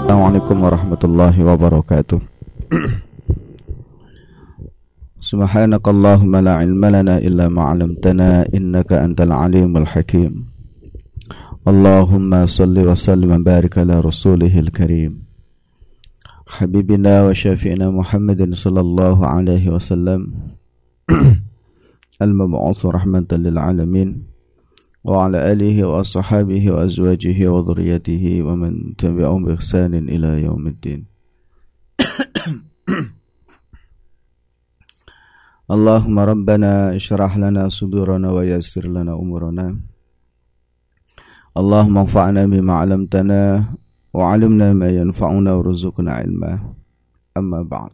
Assalamualaikum warahmatullahi wabarakatuh. Subhanakallahumma la ilma lana illa ma 'allamtana innaka antal alimul hakim. Allahumma salli wa sallim wa barik ala rasulihil karim. Habibina wa syafi'ina Muhammadin sallallahu alaihi wasallam al-mab'uts rahmatan lil alamin wa ala alihi wa ashabihi wa azwajihi wa dhurriyyatihi wa man tabi'ahum bi ihsanin ila yaumiddin. Allahumma rabbana ishrah lana sudurana wa yassir lana umurana. Allahumma anfa'na bima 'allamtana wa 'allimna ma yanfa'una warzuqna 'ilma. Amma ba'd.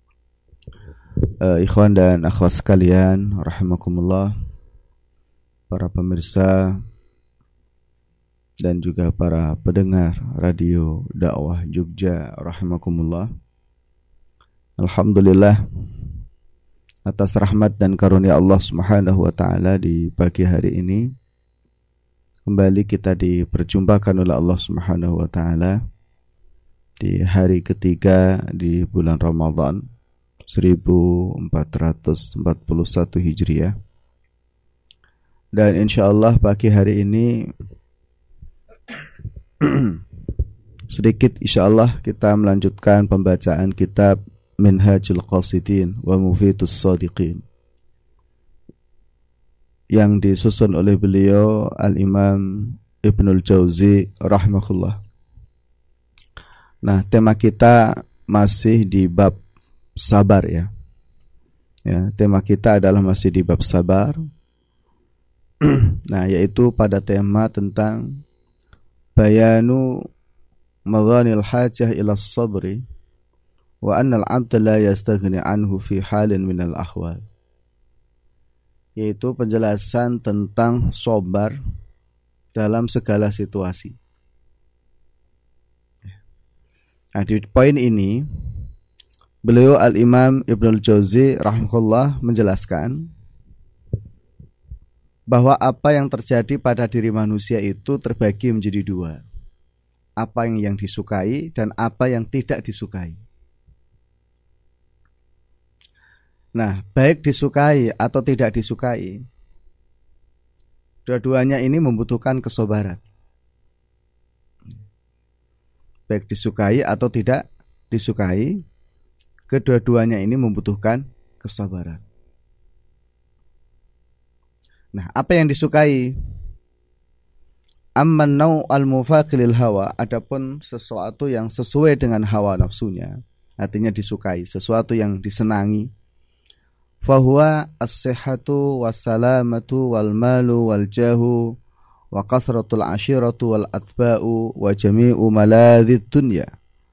Ikhwan dan akhwat sekalian, rahimakumullah, para pemirsa dan juga para pendengar radio dakwah Jogja, rahimakumullah. Alhamdulillah atas rahmat dan karunia Allah Subhanahu wa taala di pagi hari ini kembali kita diperjumpakan oleh Allah Subhanahu wa taala di hari ketiga di bulan Ramadan 1441 Hijriah. Dan insyaallah pagi hari ini sedikit insyaallah kita melanjutkan pembacaan kitab Minhajul Qasidin wa Mufidus Shadiqin yang disusun oleh beliau Al-Imam Ibnul Jauzi rahimahullah. Nah, tema kita masih di bab sabar ya. Tema kita adalah masih di bab sabar. Nah, yaitu pada tema tentang bayanu maghanil hajah ila sabri wa anna al-'abda la yastaghni anhu fi halin minal ahwal, yaitu penjelasan tentang sabar dalam segala situasi. Nah, di poin ini beliau Al-Imam Ibnul Jauzi rahimahullah menjelaskan bahwa apa yang terjadi pada diri manusia itu terbagi menjadi dua. Apa yang disukai dan apa yang tidak disukai. Nah, baik disukai atau tidak disukai, dua-duanya ini membutuhkan kesabaran. Baik disukai atau tidak disukai, kedua-duanya ini membutuhkan kesabaran. Nah, apa yang disukai? Amman naw'al mufaqilil hawa, adapun sesuatu yang sesuai dengan hawa nafsunya, artinya disukai, sesuatu yang disenangi. Fahuwa as-sihhatu was-salamatu wal malu wal jahu wa kasratul ashiratu wal atba'u wa jami'u maladzid dunya.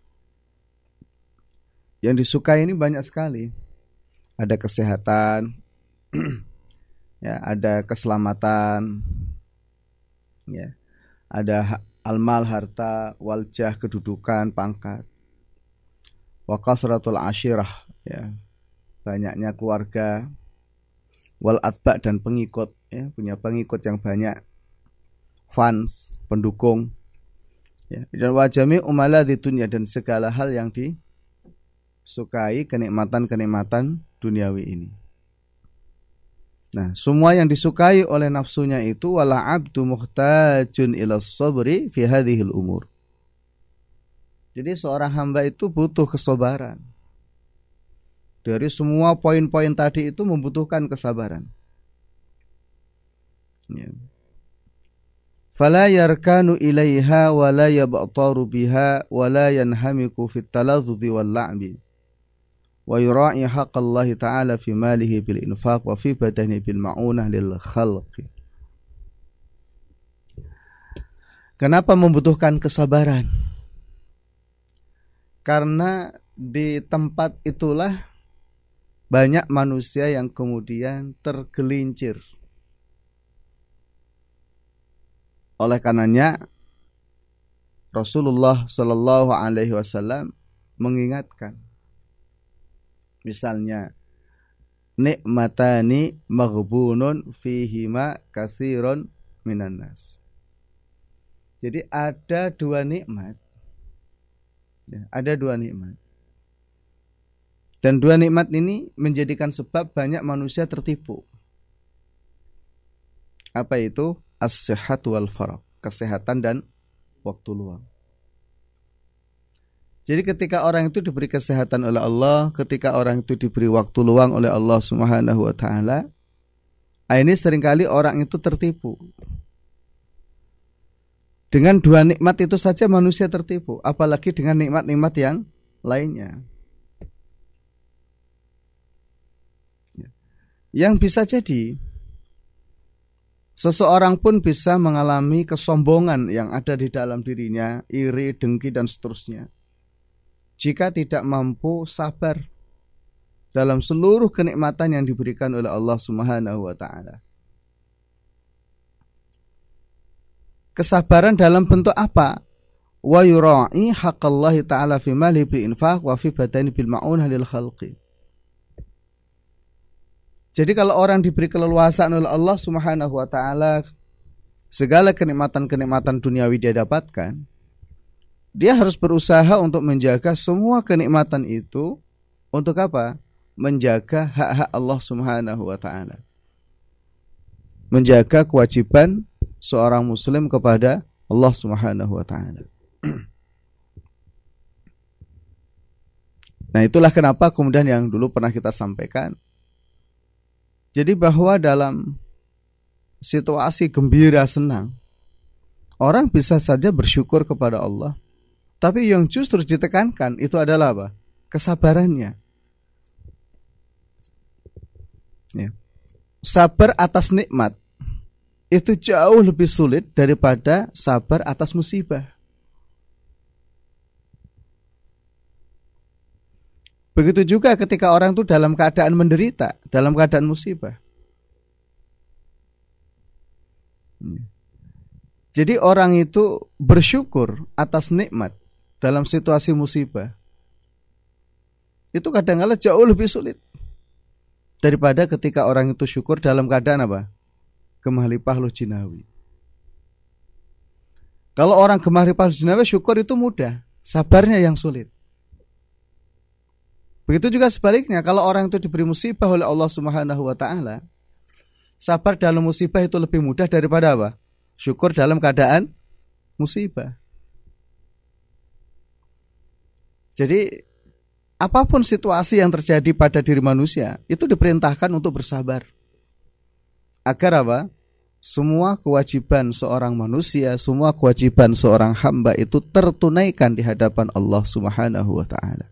Yang disukai ini banyak sekali. Ada kesehatan, ya, ada keselamatan, ya, ada almal harta, waljah kedudukan, pangkat, wa kasratul ashirah, ya, banyaknya keluarga, wal atba dan pengikut, ya, punya pengikut yang banyak, fans, pendukung, ya, dan wajami umaladzid dunya dan segala hal yang disukai, kenikmatan-kenikmatan duniawi ini. Nah, semua yang disukai oleh nafsunya itu wala abdu muhtajun ila sabri fi hadhil umur. Jadi seorang hamba itu butuh kesabaran. Dari semua poin-poin tadi itu membutuhkan kesabaran. Ya. Fala yarkanu ilaiha wa la yabtaru biha wa la yanhamiku fit talazzudi wal la'bi. Wa yura'i haqqallahi ta'ala fi malihi bil infaq wa fi badanihi bil ma'unah lil khalqi. Kenapa membutuhkan kesabaran? Karena di tempat itulah banyak manusia yang kemudian tergelincir. Oleh karenanya Rasulullah sallallahu alaihi wasallam mengingatkan, misalnya, nikmatani maghbunun fihima katsirun minan nas. Jadi ada dua nikmat Ya, ada dua nikmat. Dan dua nikmat ini menjadikan sebab banyak manusia tertipu. Apa itu? As-sihat wal faragh, kesehatan dan waktu luang. Jadi ketika orang itu diberi kesehatan oleh Allah, ketika orang itu diberi waktu luang oleh Allah Subhanahu wa taala, ini seringkali orang itu tertipu. Dengan dua nikmat itu saja manusia tertipu, apalagi dengan nikmat-nikmat yang lainnya. Yang bisa jadi seseorang pun bisa mengalami kesombongan yang ada di dalam dirinya, iri, dengki dan seterusnya, jika tidak mampu sabar dalam seluruh kenikmatan yang diberikan oleh Allah Subhanahu wa taala. Kesabaran dalam bentuk apa? Wa yura'i haqqallahi ta'ala fi mali bil infaq wa fi badani bil ma'unah lil khalqi. Jadi kalau orang diberi keleluasaan oleh Allah Subhanahu wa taala, segala kenikmatan-kenikmatan duniawi dia dapatkan, dia harus berusaha untuk menjaga semua kenikmatan itu untuk apa? Menjaga hak-hak Allah Subhanahu wa taala. Menjaga kewajiban seorang muslim kepada Allah Subhanahu wa taala. Nah, itulah kenapa kemudian yang dulu pernah kita sampaikan. Jadi bahwa dalam situasi gembira senang, orang bisa saja bersyukur kepada Allah. Tapi yang justru ditekankan itu adalah apa? Kesabarannya. Ya. Sabar atas nikmat itu jauh lebih sulit daripada sabar atas musibah. Begitu juga ketika orang itu dalam keadaan menderita, dalam keadaan musibah. Jadi orang itu bersyukur atas nikmat dalam situasi musibah. Itu kadang-kadang jauh lebih sulit daripada ketika orang itu syukur dalam keadaan apa? Gemah lipah luh jinawi. Kalau orang gemah lipah luh jinawi, syukur itu mudah, sabarnya yang sulit. Begitu juga sebaliknya, kalau orang itu diberi musibah oleh Allah Subhanahu wa taala, sabar dalam musibah itu lebih mudah daripada apa? Syukur dalam keadaan musibah. Jadi apapun situasi yang terjadi pada diri manusia, itu diperintahkan untuk bersabar. Agar apa? Semua kewajiban seorang manusia, semua kewajiban seorang hamba itu tertunaikan di hadapan Allah Subhanahu wa taala.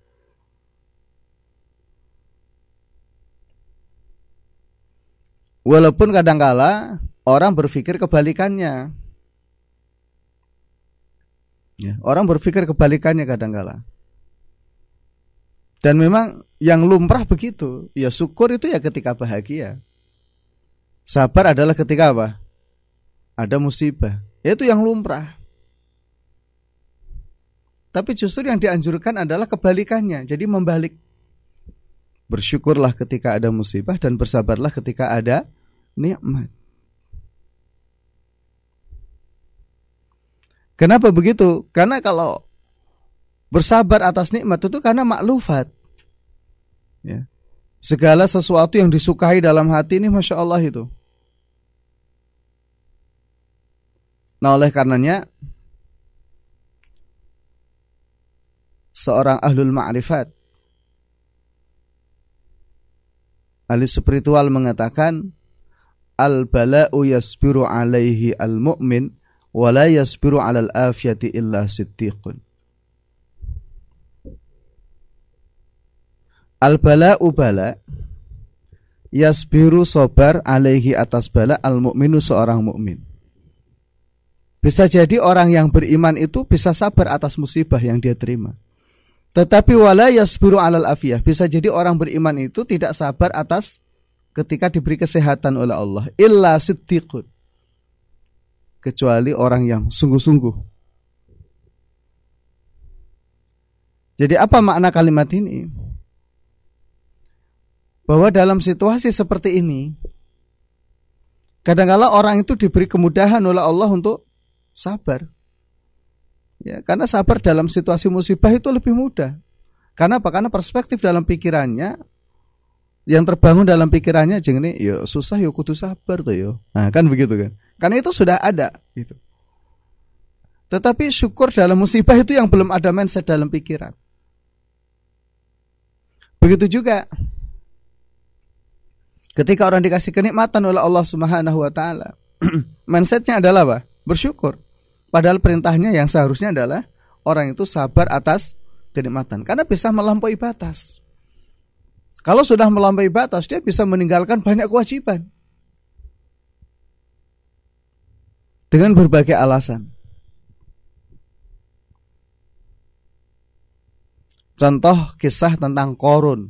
Walaupun kadangkala orang berpikir kebalikannya. Ya, orang berpikir kebalikannya kadangkala. Dan memang yang lumrah begitu. Ya syukur itu ya ketika bahagia. Sabar adalah ketika apa? Ada musibah. Itu yang lumrah. Tapi justru yang dianjurkan adalah kebalikannya. Jadi membalik. Bersyukurlah ketika ada musibah dan bersabarlah ketika ada nikmat. Kenapa begitu? Karena kalau bersabar atas nikmat itu karena maklufat. Ya. Segala sesuatu yang disukai dalam hati ini Masya Allah itu. Nah oleh karenanya seorang ahlul ma'rifat, ahli spiritual mengatakan al-bala'u yasbiru alaihi al-mu'min wa la yasbiru alal afiyati illa siddiqun. Al-bala'u bala yasbiru sobar alaihi atas bala al-mu'minu seorang mukmin. Bisa jadi orang yang beriman itu bisa sabar atas musibah yang dia terima. Tetapi wala yasbiru alal afiyah, bisa jadi orang beriman itu tidak sabar atas ketika diberi kesehatan oleh Allah. Illa siddiqun, kecuali orang yang sungguh-sungguh. Jadi apa makna kalimat ini? Bahwa dalam situasi seperti ini, kadang-kala orang itu diberi kemudahan oleh Allah untuk sabar. Ya, karena sabar dalam situasi musibah itu lebih mudah. Karena apa? Karena perspektif dalam pikirannya, yang terbangun dalam pikirannya jeng ini, yo susah yo kudu sabar tuh yo. Nah, kan begitu kan? Karena itu sudah ada gitu. Tetapi syukur dalam musibah itu yang belum ada mindset dalam pikiran. Begitu juga ketika orang dikasih kenikmatan oleh Allah Subhanahu wa taala, mindsetnya adalah apa? Bersyukur. Padahal perintahnya yang seharusnya adalah orang itu sabar atas kenikmatan, karena bisa melampaui batas. Kalau sudah melampaui batas, dia bisa meninggalkan banyak kewajiban dengan berbagai alasan. Contoh kisah tentang Qarun.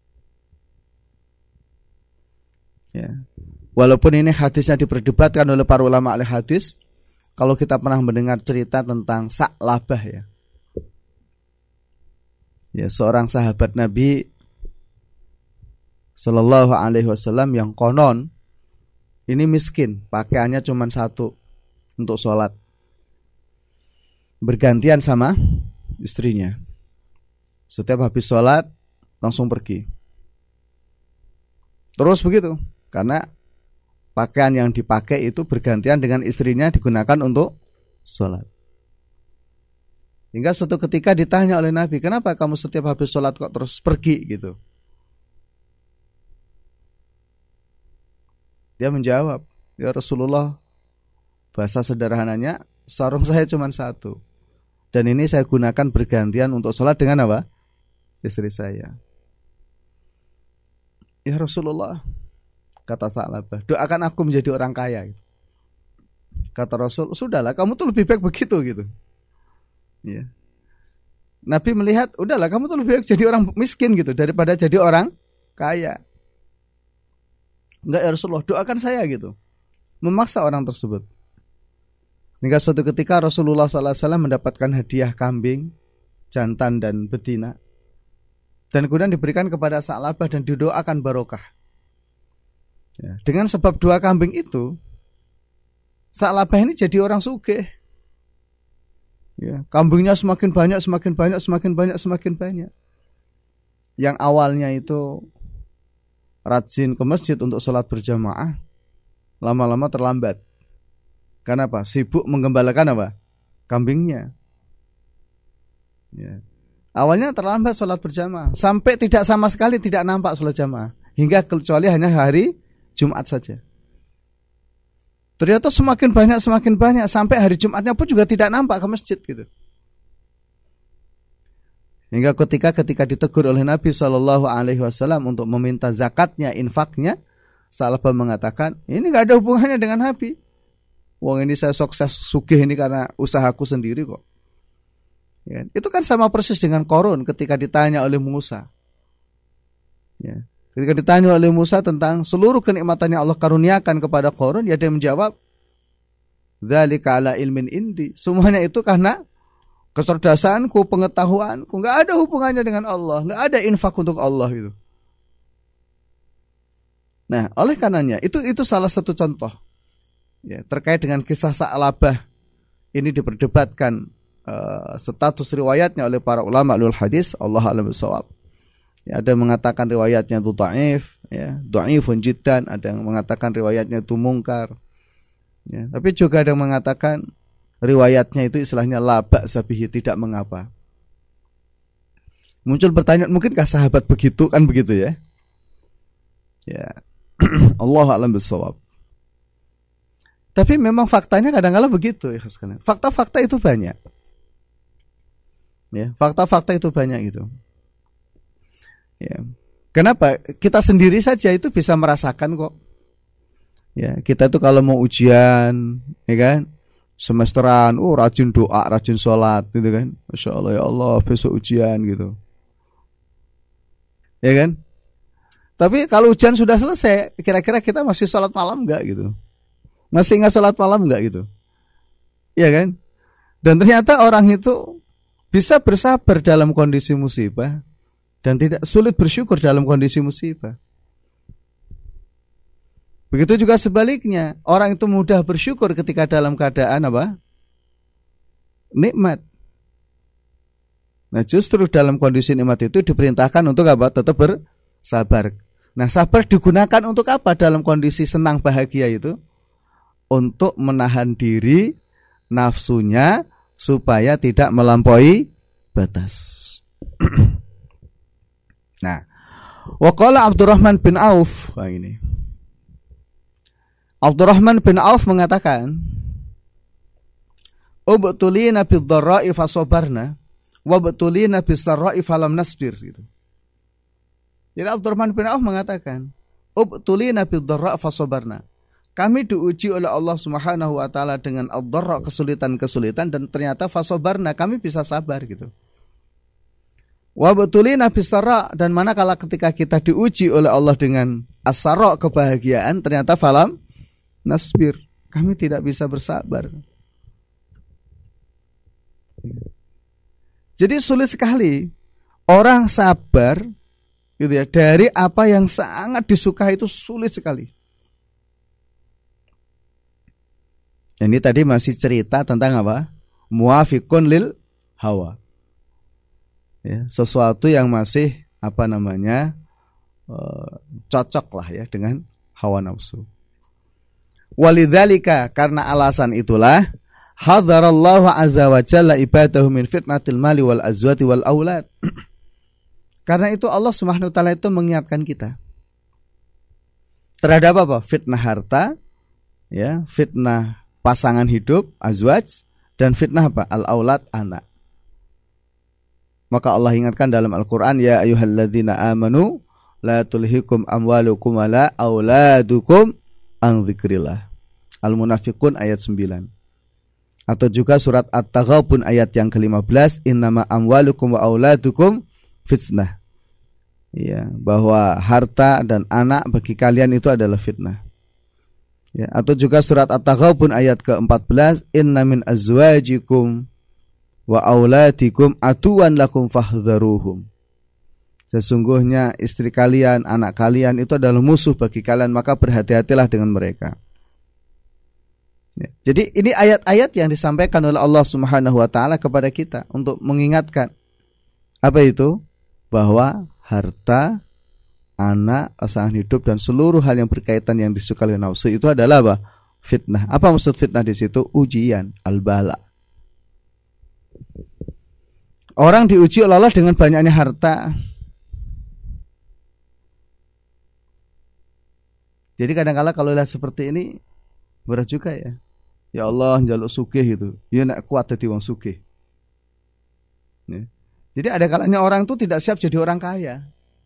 Ya. Walaupun ini hadisnya diperdebatkan oleh para ulama ahli hadis, kalau kita pernah mendengar cerita tentang Sa'labah ya. Ya, seorang sahabat Nabi Sallallahu alaihi wasallam yang konon ini miskin, pakaiannya cuma satu untuk sholat, bergantian sama istrinya. Setiap habis sholat langsung pergi. Terus begitu, karena pakaian yang dipakai itu bergantian dengan istrinya digunakan untuk sholat. Hingga suatu ketika ditanya oleh Nabi, kenapa kamu setiap habis sholat kok terus pergi gitu? Dia menjawab, ya Rasulullah, bahasa sederhananya, sarung saya cuma satu, dan ini saya gunakan bergantian untuk sholat dengan apa? Istri saya. Ya Rasulullah, kata Sa'labah, doakan aku menjadi orang kaya. Kata Rasul, sudahlah, kamu tuh lebih baik begitu gitu. Ya. Nabi melihat, udahlah, kamu tuh lebih baik jadi orang miskin gitu daripada jadi orang kaya. Enggak ya Rasulullah, doakan saya gitu. Memaksa orang tersebut. Hingga suatu ketika Rasulullah SAW mendapatkan hadiah kambing, jantan dan betina, dan kemudian diberikan kepada Sa'labah dan didoakan barokah. Ya, dengan sebab 2 kambing itu, Sa'labah ini jadi orang sugih. Ya, kambingnya semakin banyak, semakin banyak, semakin banyak, semakin banyak. Yang awalnya itu rajin ke masjid untuk sholat berjamaah, lama-lama terlambat. Kenapa? Sibuk menggembalakan apa? Kambingnya. Ya. Awalnya terlambat sholat berjamaah, sampai tidak sama sekali tidak nampak sholat jamaah, hingga kecuali hanya hari Jumat saja. Ternyata semakin banyak, sampai hari Jumatnya pun juga tidak nampak ke masjid gitu. Hingga ketika ditegur oleh Nabi Shallallahu Alaihi Wasallam untuk meminta zakatnya, infaknya, Sa'labah mengatakan, ini nggak ada hubungannya dengan Nabi. Wong ini saya sukses sugih ini karena usahaku sendiri kok. Ya, itu kan sama persis dengan Qarun ketika ditanya oleh Musa. Ya, ketika ditanya oleh Musa tentang seluruh kenikmatan yang Allah karuniakan kepada Qarun, ya dia menjawab, dzalika ala ilmin indi. Semuanya itu karena kecerdasanku, pengetahuanku, nggak ada hubungannya dengan Allah, nggak ada infak untuk Allah gitu. Nah, oleh karenanya itu salah satu contoh ya, terkait dengan kisah Sa'labah. Ini diperdebatkan status riwayatnya oleh para ulama ulul hadis, Allah a'lam bishawab. Ya, ada yang mengatakan riwayatnya itu dhaif, ya, dhaifun jiddan, ada yang mengatakan riwayatnya itu mungkar. Ya, tapi juga ada yang mengatakan riwayatnya itu istilahnya la ba'sa bihi, tidak mengapa. Muncul pertanyaan, mungkinkah sahabat begitu, kan begitu ya? Ya. Allah a'lam bishawab. Tapi memang faktanya kadang-kala begitu ya, fakta-fakta itu banyak. Ya, fakta-fakta itu banyak gitu. Ya. Kenapa? Kita sendiri saja itu bisa merasakan kok. Ya, kita itu kalau mau ujian, ya kan? Semesteran, rajin doa, rajin sholat gitu kan. Masya Allah, ya Allah, besok ujian gitu. Ya kan? Tapi kalau ujian sudah selesai, kira-kira kita masih sholat malam enggak gitu? Masih ingat sholat malam enggak gitu? Ya kan? Dan ternyata orang itu bisa bersabar dalam kondisi musibah dan tidak sulit bersyukur dalam kondisi musibah. Begitu juga sebaliknya, orang itu mudah bersyukur ketika dalam keadaan apa? Nikmat. Nah, justru dalam kondisi nikmat itu diperintahkan untuk apa? Tetap bersabar. Nah, sabar digunakan untuk apa dalam kondisi senang bahagia itu? Untuk menahan diri nafsunya supaya tidak melampaui batas. Nah, waqala Abdurrahman bin Auf, ini. Abdurrahman bin Auf mengatakan, "Ubtulina bid-dharra'i fasabarna, wa ubtulina bis-sarra'i falam nasbir." Gitu. Jadi Abdurrahman bin Auf mengatakan, "Ubtulina bid-dharra'i fasabarna." Kami diuji oleh Allah Subhanahu wa taala dengan ad-dharra, kesulitan-kesulitan, dan ternyata fasabarna, kami bisa sabar gitu. Wa ubtulina bis-sarra, dan manakala ketika kita diuji oleh Allah dengan as-sarra, kebahagiaan, ternyata falam nasbir, kami tidak bisa bersabar. Jadi sulit sekali orang sabar gitu ya, dari apa yang sangat disukai itu sulit sekali. Ini tadi masih cerita tentang apa? Muafiqun lil hawa. Ya, sesuatu yang masih cocok lah ya dengan hawa nafsu. Walidzalika, karena alasan itulah hadarallahu azza wa jalla ibadahu min fitnatil mali wal azwati wal aulad. Karena itu Allah Subhanahu wa taala itu mengingatkan kita terhadap apa? Fitnah harta, ya, fitnah pasangan hidup, azwaj, dan fitnah apa? Al-aulad, anak. Maka Allah ingatkan dalam Al-Qur'an, ya ayyuhalladzina amanu la tulhikum amwalukum wala auladukum an dzikrillah. Al-Munafiqun ayat 9. Atau juga surat At-Taghabun ayat yang ke-15, innama amwalukum wa auladukum fitnah. Ya, bahwa harta dan anak bagi kalian itu adalah fitnah. Ya, atau juga surat At-Taghabun ayat ke-14, inna min azwajikum wa auladikum atuwan lakum fahdharuhum. Sesungguhnya istri kalian, anak kalian itu adalah musuh bagi kalian, maka berhati-hatilah dengan mereka. Ya, jadi ini ayat-ayat yang disampaikan oleh Allah Subhanahu wa taala kepada kita untuk mengingatkan apa itu? Bahwa harta, anak, pasangan hidup, dan seluruh hal yang berkaitan yang disukai oleh nafsu itu adalah apa? Fitnah. Apa maksud fitnah di situ? Ujian, al-bala. Orang diuji oleh Allah dengan banyaknya harta. Jadi kadang-kala kalau lihat seperti ini berat juga ya. Ya Allah, njaluk sugih gitu. Ya nek kuat dadi wong sugih. Ya. Jadi ada kalanya orang itu tidak siap jadi orang kaya.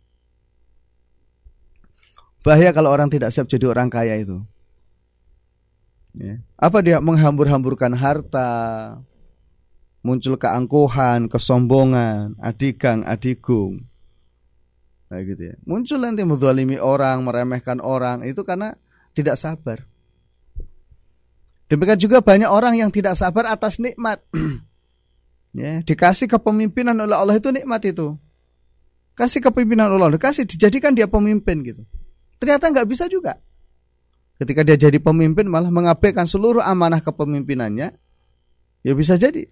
Bahaya kalau orang tidak siap jadi orang kaya itu. Ya. Apa dia menghambur-hamburkan harta, muncul keangkuhan, kesombongan, adigang, adigung. Nah gitu ya. Muncul nanti menzalimi orang, meremehkan orang, itu karena tidak sabar. Demikian juga banyak orang yang tidak sabar atas nikmat. Ya, dikasih kepemimpinan oleh Allah itu nikmat itu. Kasih kepemimpinan oleh Allah, dikasih, dijadikan dia pemimpin gitu. Ternyata nggak bisa juga. Ketika dia jadi pemimpin malah mengabaikan seluruh amanah kepemimpinannya. Ya bisa jadi.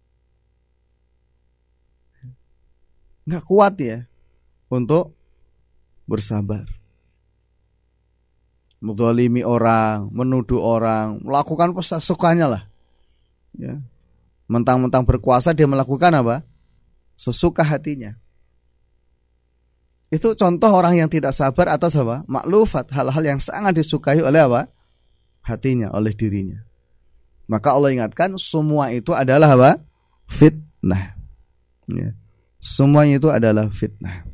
Nggak kuat ya untuk bersabar. Menzalimi orang, menuduh orang, melakukan sesukanya lah. Ya. Mentang-mentang berkuasa dia melakukan apa? Sesuka hatinya. Itu contoh orang yang tidak sabar atas apa? Maklufat, hal-hal yang sangat disukai oleh apa? Hatinya, oleh dirinya. Maka Allah ingatkan semua itu adalah apa? Fitnah. Ya. Semuanya itu adalah fitnah.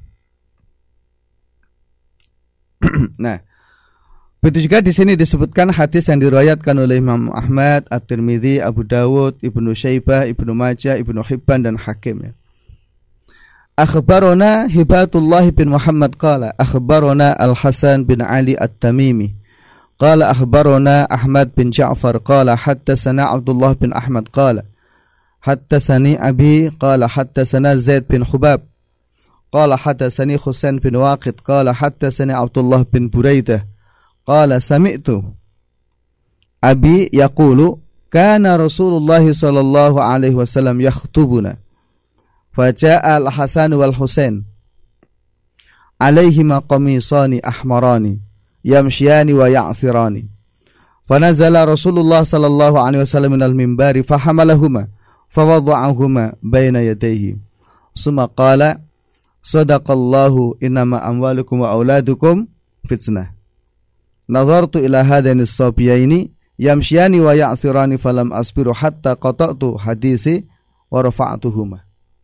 Nah, begitu juga di sini disebutkan hadis yang diriwayatkan oleh Imam Ahmad, At-Tirmidzi, Abu Dawud, Ibnu Syaibah, Ibnu Majah, Ibnu Hibban, dan Hakim. Ya. Akhbarona Hibatullah bin Muhammad qala akhbarona Al-Hasan bin Ali At-Tamimi qala akhbarona Ahmad bin Ja'far qala haddatsana Abdullah bin Ahmad qala haddatsani Abi qala haddatsana Zaid bin Hubab qala haddatsani Husain bin Waqid qala haddatsani Abdullah bin Buraidah qala sami'tu Abi yaqulu kana Rasulullah sallallahu alaihi wasallam yakhtubuna Faja'a al-Hasan wal Husain alaihima qamisani ahmarani yamshiyani wa ya'thirani. Fanazala Rasulullah sallallahu alaihi wasallam minal mimbari fahamalahuma fawada'ahuma baina yadayhi. Summa qala sadaqallahu innama amwalukum wa auladukum fitnah. Nazartu ila hadaini as-sabiyaini yamshiyani wa ya'thirani falam asbiru hatta qata'tu hadisi wa rafa'tuhuma.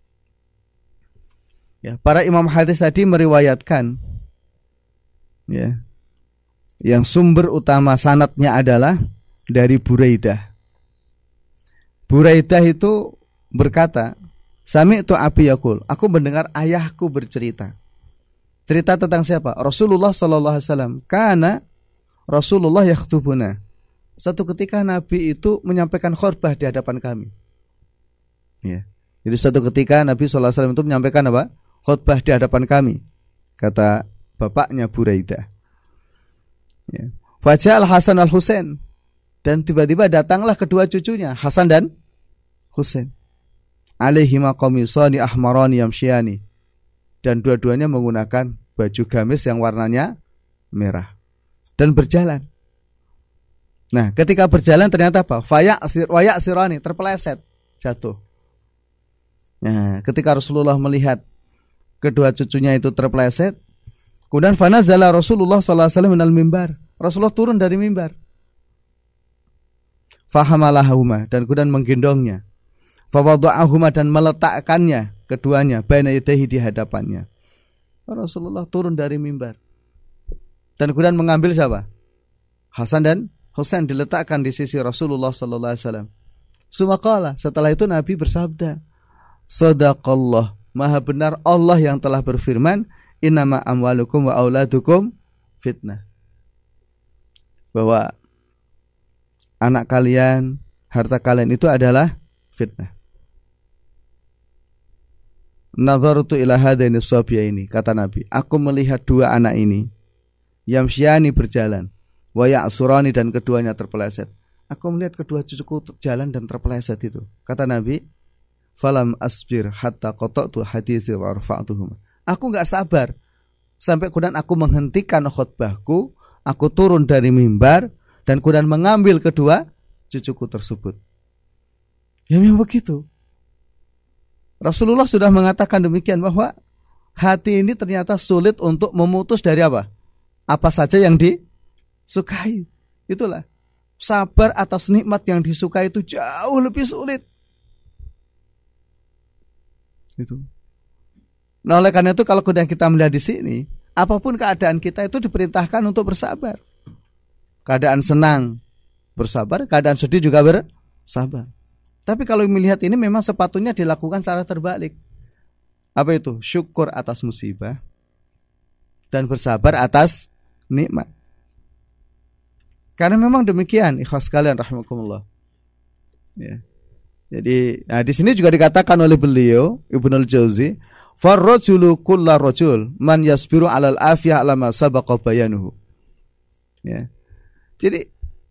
Ya, para imam hadis tadi meriwayatkan ya, yang sumber utama sanadnya adalah dari Buraidah. Buraidah itu berkata, Sami'tu abi yaqul, aku mendengar ayahku bercerita. Cerita tentang siapa? Rasulullah sallallahu alaihi wasallam. Kana Rasulullah yakhtubuna. Satu ketika Nabi itu menyampaikan khutbah di hadapan kami. Ya. Jadi satu ketika Nabi sallallahu alaihi wasallam itu menyampaikan apa? Khutbah di hadapan kami, kata bapaknya Buraidah. Ya. Wajah Al-Hasan Al-Husain, dan tiba-tiba datanglah kedua cucunya Hasan dan Husain. Alaihima qamisani ahmarani yamshiyani, dan dua-duanya menggunakan baju gamis yang warnanya merah dan berjalan. Nah, ketika berjalan ternyata apa? Waya'sirani, terpeleset, jatuh. Nah, ketika Rasulullah melihat kedua cucunya itu terpeleset, kemudian fanazala Rasulullah sallallahu alaihi wasallam minal mimbar. Rasulullah turun dari mimbar. Fahamalahuma, dan kemudian menggendongnya. Fawada'ahuma, dan meletakkannya keduanya baina yadayhi, di hadapannya. Rasulullah turun dari mimbar. Dan kemudian mengambil siapa? Hasan dan Husain, diletakkan di sisi Rasulullah sallallahu alaihi wasallam. Sumaqala, setelah itu Nabi bersabda, Sadaqallah, maha benar Allah yang telah berfirman, innama amwalukum wa auladukum fitnah. Bahwa anak kalian, harta kalian itu adalah fitnah. Nazartu ila hadaini as-sabiyaini, kata Nabi, aku melihat dua anak ini, yamsyani, berjalan, wa ya'surani, dan keduanya terpeleset. Aku melihat kedua cucuku jalan dan terpeleset itu. Kata Nabi, falam asbir hatta qata'tu hadisi wa rafa'tuhum. Aku enggak sabar sampai kemudian aku menghentikan khutbahku, aku turun dari mimbar dan kemudian mengambil kedua cucuku tersebut. Ya memang begitu. Rasulullah sudah mengatakan demikian, bahwa hati ini ternyata sulit untuk memutus dari apa? Apa saja yang disukai. Itulah, sabar atas nikmat yang disukai itu jauh lebih sulit. Itu. Nah, oleh karena itu kalau kemudian kita melihat di sini, apapun keadaan kita itu diperintahkan untuk bersabar. Keadaan senang bersabar, keadaan sedih juga bersabar. Tapi kalau melihat ini memang sepatutnya dilakukan secara terbalik. Apa itu? Syukur atas musibah dan bersabar atas nikmat. Karena memang demikian, ikhlas kalian rahimakumullah. Ya. Jadi, di sini juga dikatakan oleh beliau Ibnul Jauzi, farrajulu kullar rajul man yasbiru 'alal afiyah 'ala ma sabaqa bayanuhu. Ya. Jadi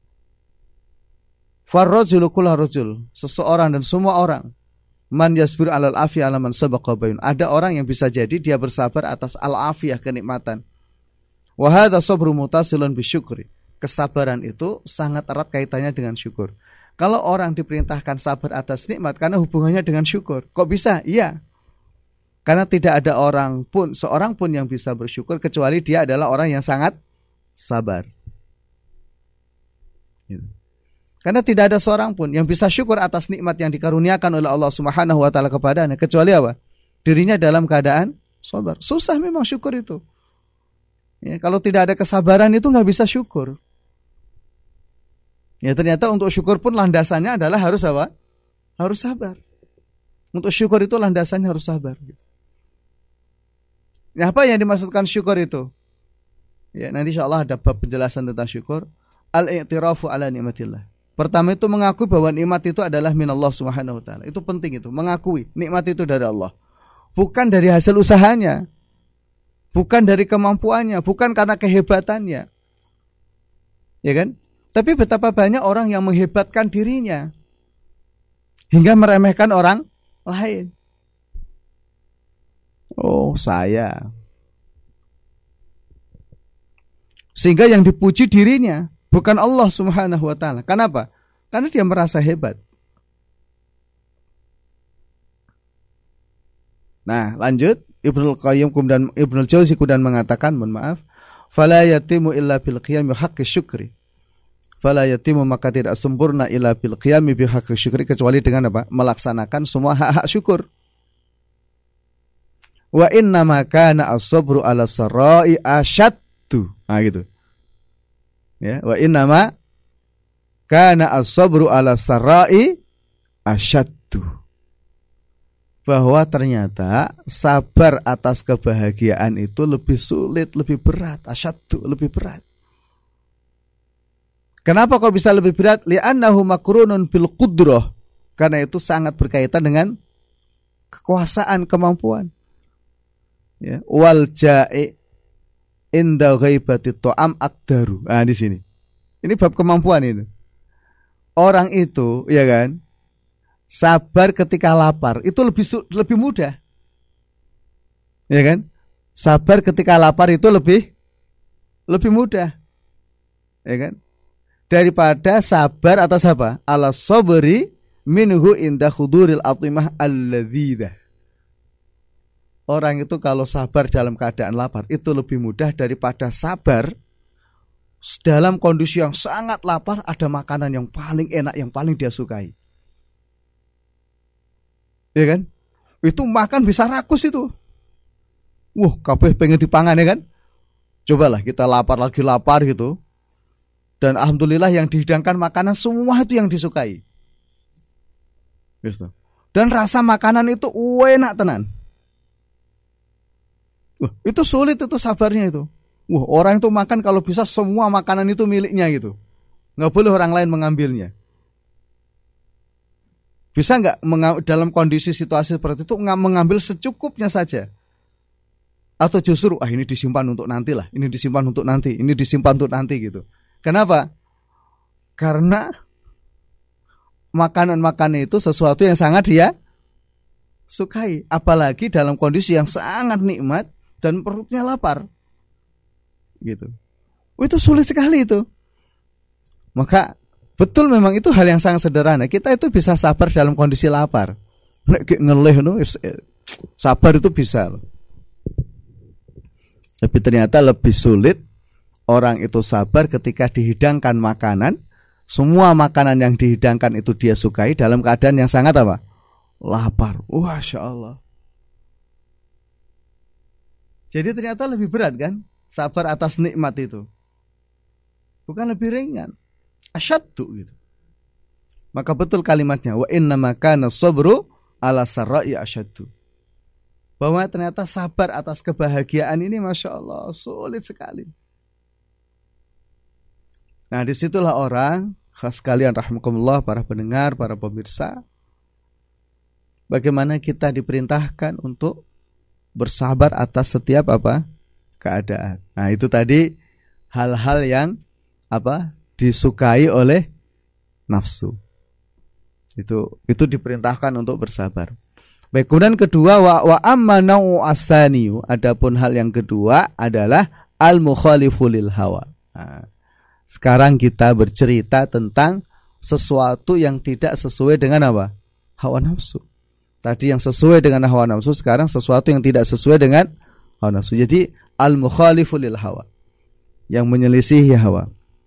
farrajulu kullar rajul, seseorang dan semua orang, man yasbiru 'alal afiyah 'ala man sabaqa bayun. Ada orang yang bisa jadi dia bersabar atas al-afiyah, kenikmatan. Wa hadza sabru mutasilun bisyukri. Kesabaran itu sangat erat kaitannya dengan syukur. Kalau orang diperintahkan sabar atas nikmat karena hubungannya dengan syukur. Kok bisa? Iya. Karena tidak ada seorang pun yang bisa bersyukur kecuali dia adalah orang yang sangat sabar. Karena tidak ada seorang pun yang bisa syukur atas nikmat yang dikaruniakan oleh Allah Subhanahu wa taala kepadanya kecuali apa? Dirinya dalam keadaan sabar. Susah memang syukur itu. Ya, kalau tidak ada kesabaran itu nggak bisa syukur. Ya, ternyata untuk syukur pun landasannya adalah harus apa? Harus sabar. Untuk syukur itu landasannya harus sabar. Nah, apa yang dimaksudkan syukur itu? Ya, nanti insyaallah ada bab penjelasan tentang syukur. Al-i'tirafu ala nikmatillah. Pertama itu mengakui bahwa nikmat itu adalah minallah subhanahu wa ta'ala. Itu penting itu, mengakui nikmat itu dari Allah. Bukan dari hasil usahanya. Bukan dari kemampuannya, bukan karena kehebatannya. Ya kan? Tapi betapa banyak orang yang menghebatkan dirinya hingga meremehkan orang lain. Oh, saya. Sehingga yang dipuji dirinya, bukan Allah Subhanahu wa taala. Kenapa? Karena dia merasa hebat. Nah, lanjut Ibnul Qayyim dan Ibnul Jauzi kemudian mengatakan, mohon maaf, fala yatimu illa bil qiyam bi haqqi syukri. Fala yatimu, maka tidak sempurna illa bil qiyam bi haqqi syukri, kecuali dengan apa? Melaksanakan semua hak-hak syukur. Wa inna ma kana as-sabru 'ala sarai asyaddu. Nah, gitu. Ya, wa inna ma kana as-sabru 'ala sarai asyaddu. Bahwa ternyata sabar atas kebahagiaan itu lebih sulit, lebih berat, asyaddu, lebih berat. Kenapa kok bisa lebih berat? Li'annahu makrunun bil qudrah. Karena itu sangat berkaitan dengan kekuasaan, kemampuan. Ya, wal ja'i inda ghaibati ta'am aqdaru. Nah, di sini. Ini bab kemampuan itu. Orang itu, ya kan, sabar ketika lapar itu lebih mudah. Ya kan? Sabar ketika lapar itu lebih mudah. Ya kan? Daripada sabar atas apa? Ala sabri minhu inda khuduril atimah alladhidah. Orang itu kalau sabar dalam keadaan lapar itu lebih mudah daripada sabar dalam kondisi yang sangat lapar, ada makanan yang paling enak, yang paling dia sukai. Ya kan? Itu makan bisa rakus itu. Wah, kabeh pengen dipangan, ya kan? Cobalah kita lagi lapar gitu. Dan alhamdulillah yang dihidangkan makanan semua itu yang disukai. Gitu. Dan rasa makanan itu enak tenan. Wah, itu sulit itu sabarnya itu. Wah, orang itu makan kalau bisa semua makanan itu miliknya gitu. Nggak boleh orang lain mengambilnya. Bisa nggak dalam kondisi situasi seperti itu mengambil secukupnya saja? Atau justru ini disimpan untuk nanti lah, ini disimpan untuk nanti, ini disimpan untuk nanti gitu. Kenapa? Karena makanan-makanan itu sesuatu yang sangat dia sukai, apalagi dalam kondisi yang sangat nikmat dan perutnya lapar. Gitu. Itu sulit sekali itu. Maka betul memang itu hal yang sangat sederhana. Kita itu bisa sabar dalam kondisi lapar. Nek ngeleh no, sabar itu bisa. Tapi ternyata lebih sulit orang itu sabar ketika dihidangkan makanan. Semua makanan yang dihidangkan itu dia sukai dalam keadaan yang sangat apa? Lapar. Masya Allah. Jadi ternyata lebih berat kan? Sabar atas nikmat itu. Bukan lebih ringan. Asyaddu gitu. Maka betul kalimatnya, wa inna ma kana sabru ala sarra'i asyaddu. Bahwa ternyata sabar atas kebahagiaan ini Masya Allah sulit sekali. Nah, disitulah orang, khas kalian rahimakumullah, para pendengar, para pemirsa, bagaimana kita diperintahkan untuk bersabar atas setiap apa? Keadaan. Nah, itu tadi hal-hal yang apa? Disukai oleh nafsu. Itu diperintahkan untuk bersabar. Baik, kemudian kedua wa amma nau'u asaniyu, adapun hal yang kedua adalah al-mukhalifu lil hawa. Nah, sekarang kita bercerita tentang sesuatu yang tidak sesuai dengan apa? Hawa nafsu. Tadi yang sesuai dengan hawa nafsu, sekarang sesuatu yang tidak sesuai dengan hawa nafsu. Jadi al-mukhalifu lil hawa, yang menyelisihi hawa.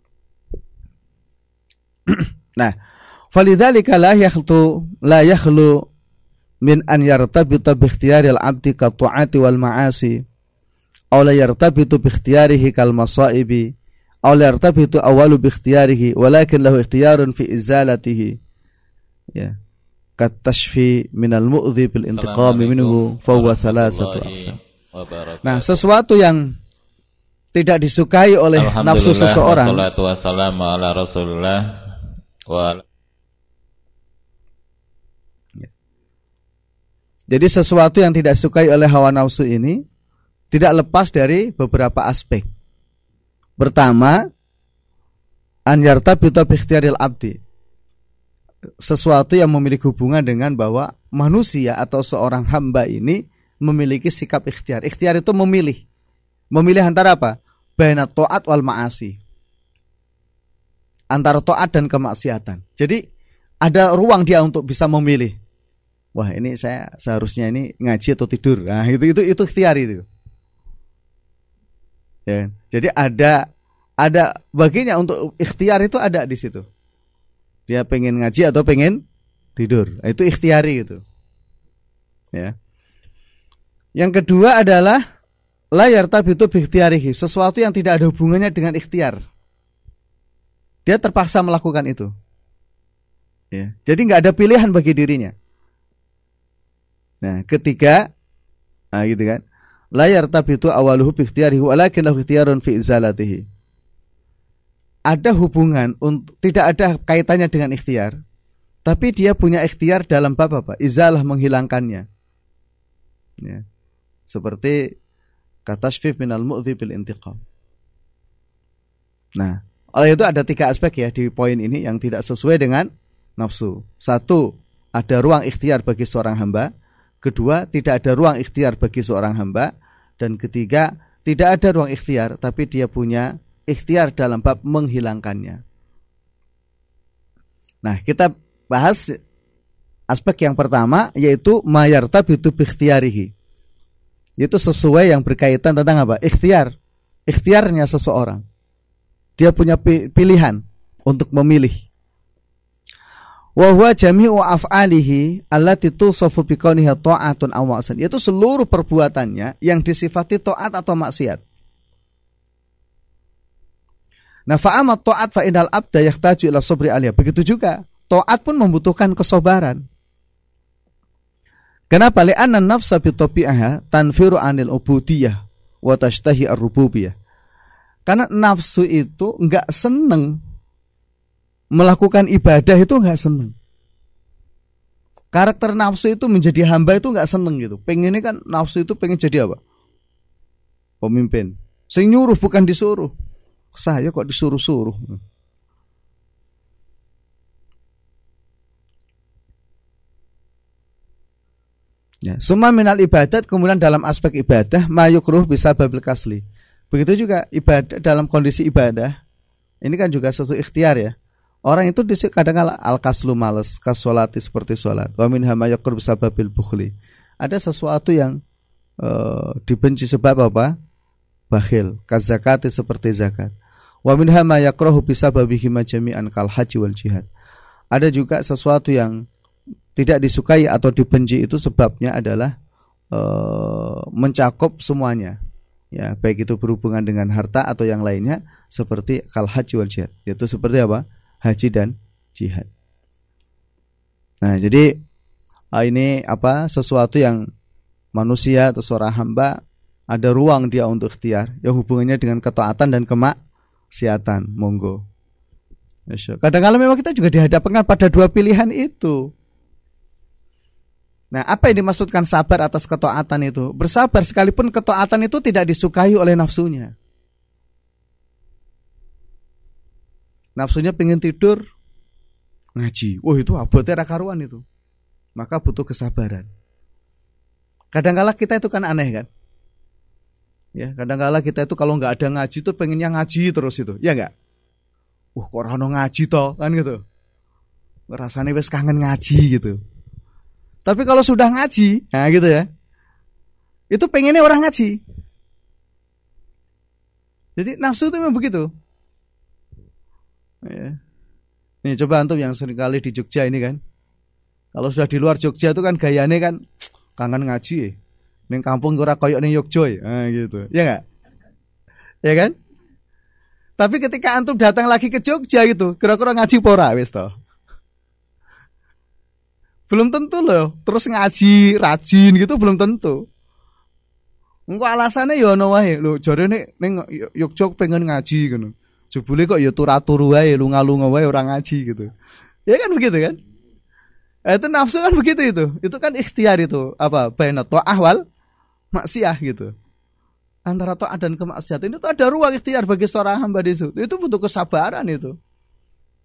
Nah, falidzalika la yakhlu min an yartabita bi ikhtiyaril 'abdi ka ta'ati wal ma'asi aw la yartabitu bi ikhtiyarihi kal masaibi aw la yartabitu awwalu bi ikhtiyarihi walakin lahu ikhtiyarun fi izalatihi, ya, kat tashfi min al mu'dhi bil intiqam minhu fa huwa thalathatu aqsam. Nah, sesuatu yang tidak disukai oleh nafsu seseorang. Wassalatu wassalamu ala Rasulillah wa. Jadi sesuatu yang tidak disukai oleh hawa nafsu ini tidak lepas dari beberapa aspek. Pertama, an yartabita bi ikhtiyaril abdi. Sesuatu yang memiliki hubungan dengan bahwa manusia atau seorang hamba ini memiliki sikap ikhtiar. Ikhtiar itu memilih. Memilih antara apa? Baina ta'at wal ma'asi. Antara ta'at dan kemaksiatan. Jadi ada ruang dia untuk bisa memilih. Wah, ini saya seharusnya ini ngaji atau tidur. Nah, itu ikhtiar itu. Ya. Jadi ada baginya untuk ikhtiar itu ada di situ. Dia pengen ngaji atau pengen tidur. Itu ikhtiari itu. Ya. Yang kedua adalah la yartabitu bi ikhtiyarihi, sesuatu yang tidak ada hubungannya dengan ikhtiar. Dia terpaksa melakukan itu. Ya. Jadi nggak ada pilihan bagi dirinya. Nah, ketiga, gitu kan. La yartabitu awaluhu bi ikhtiyarihi walakin lahu ikhtiyarun fi izalatihi. Ada hubungan, tidak ada kaitannya dengan ikhtiar, tapi dia punya ikhtiar dalam bab apa? Izalah, menghilangkannya. Ya. Seperti katashfif minal mu'dhi bil intiqam. Nah, oleh itu ada 3 aspek ya di poin ini yang tidak sesuai dengan nafsu. 1, ada ruang ikhtiar bagi seorang hamba. 2, tidak ada ruang ikhtiar bagi seorang hamba. Dan ketiga, tidak ada ruang ikhtiar tapi dia punya ikhtiar dalam bab menghilangkannya. Nah, kita bahas aspek yang pertama, yaitu mayartabitu bi ikhtiyarihi. Itu sesuai yang berkaitan tentang apa? Ikhtiar. Ikhtiarnya seseorang. Dia punya pilihan untuk memilih. Wa huwa jami'u af'alihi allati tusafu bi kauniha ta'atun aw ma'siyah. Itu seluruh perbuatannya yang disifati taat atau maksiat. Nah, fa'amat ta'at fa innal abda yahtaju ila sabri alaiha. Begitu juga, taat pun membutuhkan kesabaran. Kenapa? Li'anna nafsa bi tabi'aha tanfiru 'anil ubudiyah wa tashtahi ar-rububiyah. Karena nafsu itu enggak seneng melakukan ibadah, itu enggak seneng. Karakter nafsu itu menjadi hamba itu enggak seneng gitu. Pengennya kan nafsu itu pengen jadi apa? Pemimpin. Sing nyuruh bukan disuruh. Saya kok disuruh-suruh. Ya, summa minal ibadat, kemudian dalam aspek ibadah mayukruh bisa babil kasli. Begitu juga ibadah, dalam kondisi ibadah ini kan juga sesuatu ikhtiar ya. Orang itu kadang-kala al-kaslu males, kasolati seperti sholat. Wa minha mayukruh bisa babil bukhli. Ada sesuatu yang dibenci sebab apa? Bakhil, kazakati seperti zakat. Wa minha mayakruhu bisa babihi majami'an kal haji wal jihad. Ada juga sesuatu yang tidak disukai atau dibenci, itu sebabnya adalah mencakup semuanya. Ya, baik itu berhubungan dengan harta atau yang lainnya, seperti kal haji wal jihad. Yaitu seperti apa? Haji dan jihad. Nah, jadi ini apa? Sesuatu yang manusia atau seorang hamba ada ruang dia untuk ikhtiar yang hubungannya dengan ketaatan dan kemaksiatan. Monggo. Kadang-kadang memang kita juga dihadapkan pada 2 pilihan itu. Nah, apa yang dimaksudkan sabar atas ketaatan itu? Bersabar sekalipun ketaatan itu tidak disukai oleh nafsunya. Nafsunya pengen tidur, ngaji. Oh, itu abote ra karuan itu. Maka butuh kesabaran. Kadang-kala kita itu kan aneh kan? Ya, kadang-kala kita itu kalau nggak ada ngaji tuh pengennya ngaji terus itu, ya nggak? Kok ora ono ngaji toh, kan gitu. Rasanya wes kangen ngaji gitu. Tapi kalau sudah ngaji, nah gitu ya, itu pengennya orang ngaji. Jadi nafsu itu memang begitu. Ya. Nih coba antum yang sering kali di Jogja ini kan, kalau sudah di luar Jogja itu kan gayane kan kangen ngaji. Ning kampung ora koyo ning Yogyakarta, nah gitu. Ya enggak? Ya kan? Tapi ketika antum datang lagi ke Jogja gitu, kira-kira ngaji pora wis toh. Belum tentu loh. Terus ngaji rajin gitu belum tentu. Engko alasannya ya ono wae lho, jarene ning Yogyakarta pengen ngaji ngono. Jebule kok ya turu-turu wae, lunga-lunga wae ora ngaji gitu. Ya kan begitu kan? Itu nafsu kan begitu itu. Itu kan ikhtiar itu. Apa? Baina ta'ah wal maksiyah gitu. Antara taat dan kemaksiatan itu ada ruang ikhtiar bagi seorang hamba di situ. Itu butuh kesabaran itu.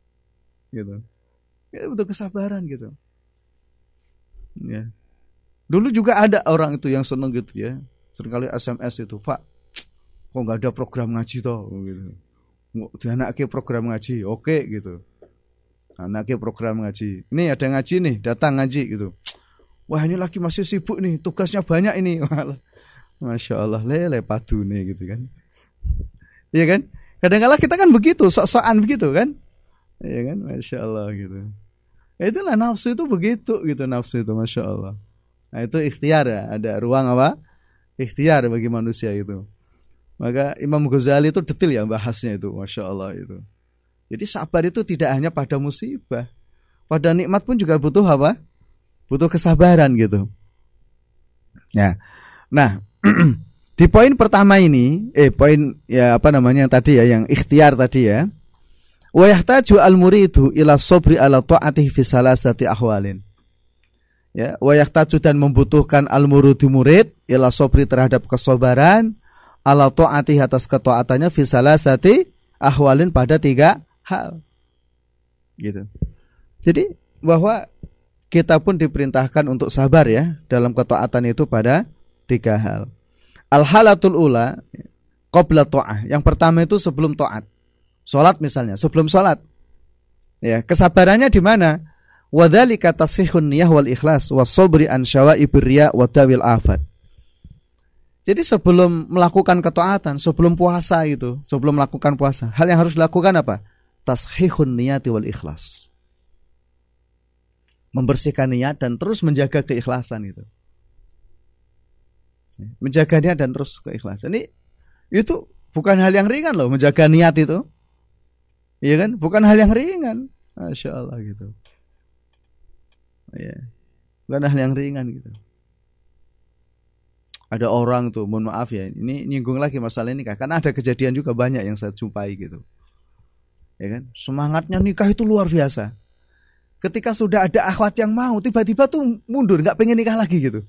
Gitu. Itu butuh kesabaran gitu. Ya. Dulu juga ada orang itu yang seneng gitu ya. Seringkali SMS itu, Pak, kok nggak ada program ngaji toh? Gitu. Dianaknya program ngaji, oke gitu. Anaknya program ngaji. Ini ada ngaji nih, datang ngaji gitu. Wah ini lagi masih sibuk nih, tugasnya banyak ini. Masya Allah, lele padu nih gitu kan. Iya kan? Kadang-kadang kita kan begitu, sok-sokan begitu kan. Iya kan, Masya Allah gitu. Itulah nafsu itu begitu gitu, nafsu itu Masya Allah. Nah itu ikhtiar ya, ada ruang apa? Ikhtiar bagi manusia itu. Maka Imam Ghazali itu detail ya bahasnya itu, Masya Allah itu. Jadi sabar itu tidak hanya pada musibah, pada nikmat pun juga butuh apa? Butuh kesabaran gitu. Ya, nah di poin pertama ini, poin ya apa namanya yang tadi ya, yang ikhtiar tadi ya. Wa yahtaju al-muridu ila sabri ala ta'atihi fi salasati ahwalin. Ya, wa yahtaju dan membutuhkan al-muridu murid ila sabri terhadap kesabaran ala ta'atihi atas ketaatannya fi salasati ahwalin pada 3 hal. Gitu. Jadi bahwa kita pun diperintahkan untuk sabar ya dalam ketaatan itu pada 3 hal. Al-halatul ula qabla ta'ah. Yang pertama itu sebelum taat. Salat misalnya, sebelum salat. Ya, kesabarannya di mana? Wa dzalika tasihhun niyah wal ikhlas was sabri an syawa'ibir riya wa tawil afat. Jadi sebelum melakukan ketaatan, sebelum puasa itu, sebelum melakukan puasa, hal yang harus dilakukan apa? Tashihun niyati wal ikhlas. Membersihkan niat dan terus menjaga keikhlasan itu. Menjaga niat dan terus keikhlasan. Ini itu bukan hal yang ringan loh, menjaga niat itu. Iya kan? Bukan hal yang ringan. Masya Allah gitu. Ya. Bukan hal yang ringan gitu. Ada orang tuh, mohon maaf ya, ini nyinggung lagi masalah ini karena ada kejadian juga banyak yang saya jumpai gitu. Ya kan? Semangatnya nikah itu luar biasa. Ketika sudah ada akhwat yang mau, tiba-tiba tuh mundur, nggak pengen nikah lagi gitu.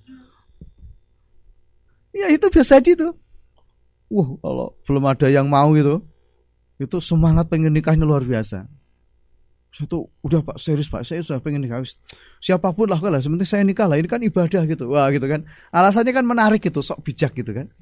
Ya itu biasa aja tuh. Kalau belum ada yang mau gitu, itu semangat pengen nikahnya luar biasa. Saya tuh udah Pak, serius Pak, saya sudah pengen nikah. Siapapun lah, sebentar saya nikah lah, ini kan ibadah gitu. Wah gitu kan. Alasannya kan menarik gitu, sok bijak gitu kan.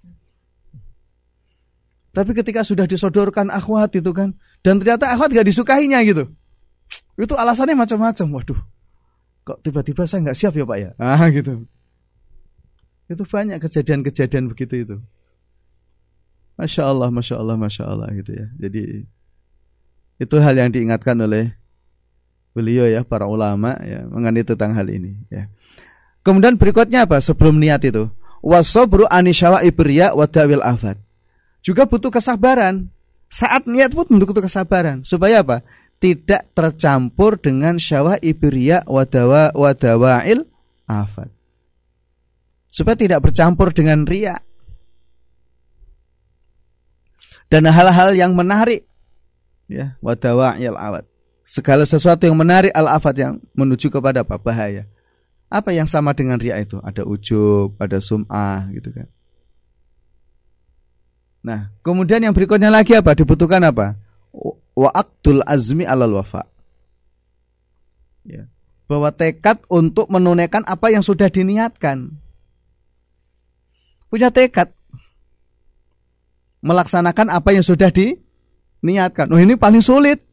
Tapi ketika sudah disodorkan akhwat itu kan, dan ternyata akhwat gak disukainya gitu, itu alasannya macam-macam. Waduh, kok tiba-tiba saya gak siap ya Pak ya. Gitu. Itu banyak kejadian-kejadian begitu itu. Masya Allah, Masya Allah, Masya Allah gitu ya. Jadi itu hal yang diingatkan oleh beliau ya, para ulama ya, mengenai tentang hal ini ya. Kemudian berikutnya apa? Sebelum niat itu, wasabru anisyawaibir riya wa dawil afat. Juga butuh kesabaran. Saat niat pun butuh kesabaran. Supaya apa? Tidak tercampur dengan syawaibir riya wa dawail afat. Supaya tidak bercampur dengan riya. Dan hal-hal yang menarik ya, wa dawail afat. Segala sesuatu yang menarik al-afat yang menuju kepada apa? Bahaya. Apa yang sama dengan riya itu? Ada ujub, ada sum'ah gitu kan. Nah, kemudian yang berikutnya lagi apa? Dibutuhkan apa? Wa aqdul azmi alal wafa. Ya. Bahwa tekad untuk menunaikan apa yang sudah diniatkan. Punya tekad melaksanakan apa yang sudah diniatkan. Ini paling sulit.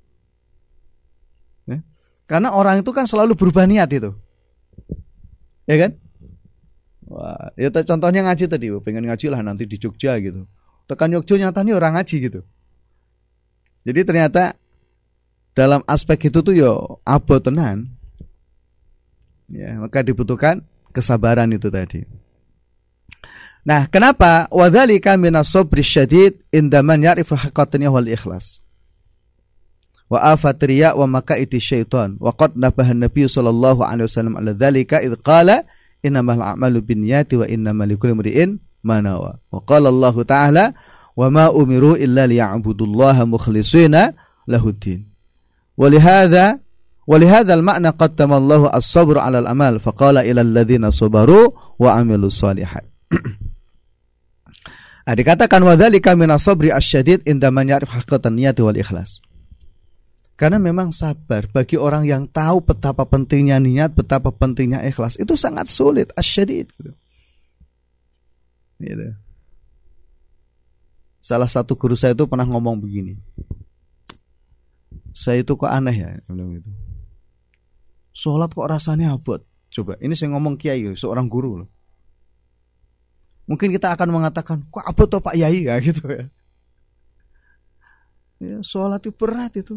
Ya. Karena orang itu kan selalu berubah niat itu. Ya kan? Wah, ya contohnya ngaji tadi, pengen ngaji lah nanti di Jogja gitu. Tekan Jogja nyatanya orang ngaji gitu. Jadi ternyata dalam aspek itu tuh yo abo tenan. Ya, maka dibutuhkan kesabaran itu tadi. Nah, kenapa? Wadzalika minas sabri syadid inda man ya'rifu haqqatan wal ikhlas. Wa afatriya wa makaiti syaitan. Wa qad nabaha Nabi sallallahu alaihi wasallam ala dzalika id qala innamal a'malu binniyati wa innamal likulli imri'in ma nawa. Wa qala Allah ta'ala wa ma umiru illa liya'budullaha mukhlishina lahuddin. Wa lihadza al-ma'na qaddama Allah as-sabr 'ala al-amal fa qala ila alladhina sabaru wa 'amilus shalihat. Dikatakan wa dzalika minas sabri asyadid inda man ya'rif haqqatan niyati wal ikhlas. Karena memang sabar bagi orang yang tahu betapa pentingnya niat, betapa pentingnya ikhlas, itu sangat sulit, asyadid gitu. Gitu. Salah satu guru saya itu pernah ngomong begini. Saya itu kok aneh ya, bilang gitu. Sholat kok rasanya abot. Coba, ini saya ngomong kiai, seorang guru loh. Mungkin kita akan mengatakan, kok abot toh Pak Yai ya gitu ya. Ya, sholat itu berat itu.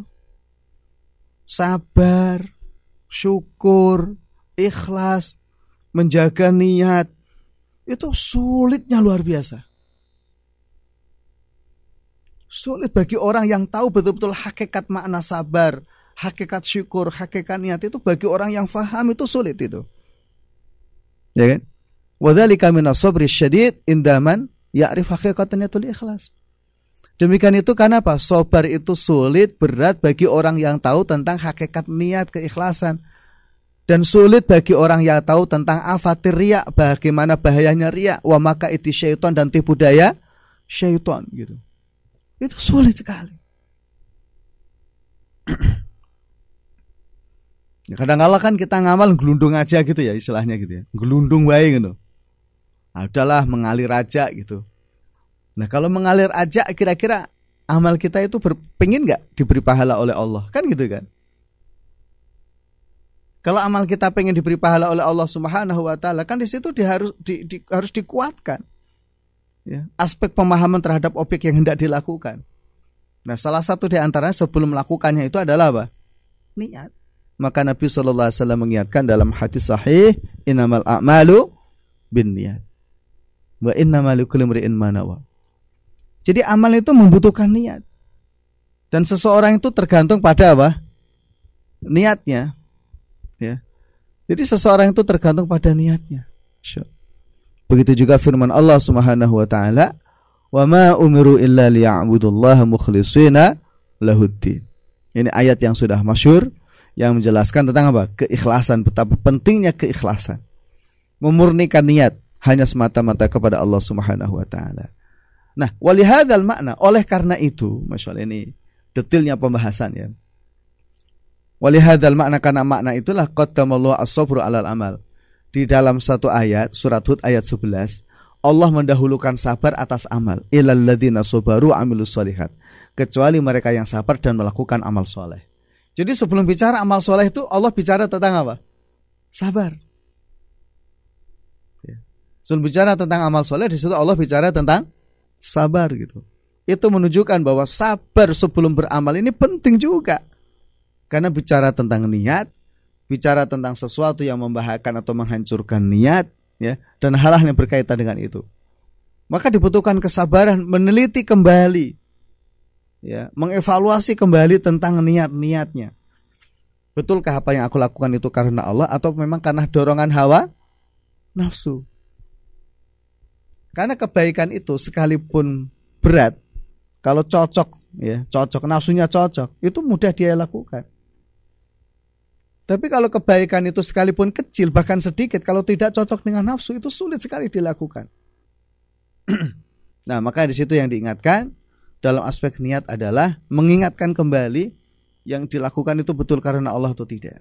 Sabar, syukur, ikhlas, menjaga niat, itu sulitnya luar biasa. Sulit bagi orang yang tahu betul-betul hakikat makna sabar, hakikat syukur, hakikat niat, itu bagi orang yang faham itu sulit itu. Ya kan? Wadzalika minas sabri syadid indaman ya'rif haqiqatan niyatul ikhlas. Demikian itu karena apa? Sabar itu sulit, berat bagi orang yang tahu tentang hakikat niat keikhlasan. Dan sulit bagi orang yang tahu tentang afatir riya, bagaimana bahayanya riya, wa maka iti syaitan, dan tipu daya syaitan gitu. Itu sulit sekali. Ya, kadang-kala kan kita ngamal gelundung aja gitu ya, istilahnya gitu ya. Gelundung wae gitu. Adalah mengalir aja gitu. Nah kalau mengalir aja, kira-kira amal kita itu pengen gak diberi pahala oleh Allah? Kan gitu kan? Kalau amal kita pengen diberi pahala oleh Allah Subhanahu wa Ta'ala, kan di situ harus dikuatkan ya, aspek pemahaman terhadap objek yang hendak dilakukan. Nah salah satu di antaranya sebelum melakukannya itu adalah apa? Niat. Maka Nabi SAW mengingatkan dalam hadis sahih, innamal a'malu binniyat wa innamal likulli imri'in ma nawa. Jadi amal itu membutuhkan niat. Dan seseorang itu tergantung pada apa? Niatnya. Ya. Jadi seseorang itu tergantung pada niatnya. Begitu juga firman Allah Subhanahu wa taala, "Wa ma umiru illa liya'budullaha mukhlishina lahuddin." Ini ayat yang sudah masyhur yang menjelaskan tentang apa? Keikhlasan, betapa pentingnya keikhlasan. Memurnikan niat hanya semata-mata kepada Allah Subhanahu wa taala. Nah, walihadzal makna, oleh karena itu, masyaallah ini detailnya pembahasan ya. Walihadzal makna, karena makna itulah qaddamallahu as-sabru 'alal amal. Di dalam satu ayat, surat Hud ayat 11, Allah mendahulukan sabar atas amal. Illal ladzina sabaru 'amilus shalihat. Kecuali mereka yang sabar dan melakukan amal soleh. Jadi sebelum bicara amal soleh itu Allah bicara tentang apa? Sabar. Sebelum bicara tentang amal soleh, di situ Allah bicara tentang sabar gitu. Itu menunjukkan bahwa sabar sebelum beramal ini penting juga. Karena bicara tentang niat, bicara tentang sesuatu yang membahayakan atau menghancurkan niat ya, dan hal-hal yang berkaitan dengan itu. Maka dibutuhkan kesabaran meneliti kembali ya, mengevaluasi kembali tentang niat-niatnya. Betulkah apa yang aku lakukan itu karena Allah atau memang karena dorongan hawa nafsu? Karena kebaikan itu sekalipun berat, kalau cocok ya, cocok nafsunya cocok, itu mudah dia lakukan. Tapi kalau kebaikan itu sekalipun kecil, bahkan sedikit, kalau tidak cocok dengan nafsu, itu sulit sekali dilakukan. Nah, maka di situ yang diingatkan dalam aspek niat adalah mengingatkan kembali yang dilakukan itu betul karena Allah atau tidak.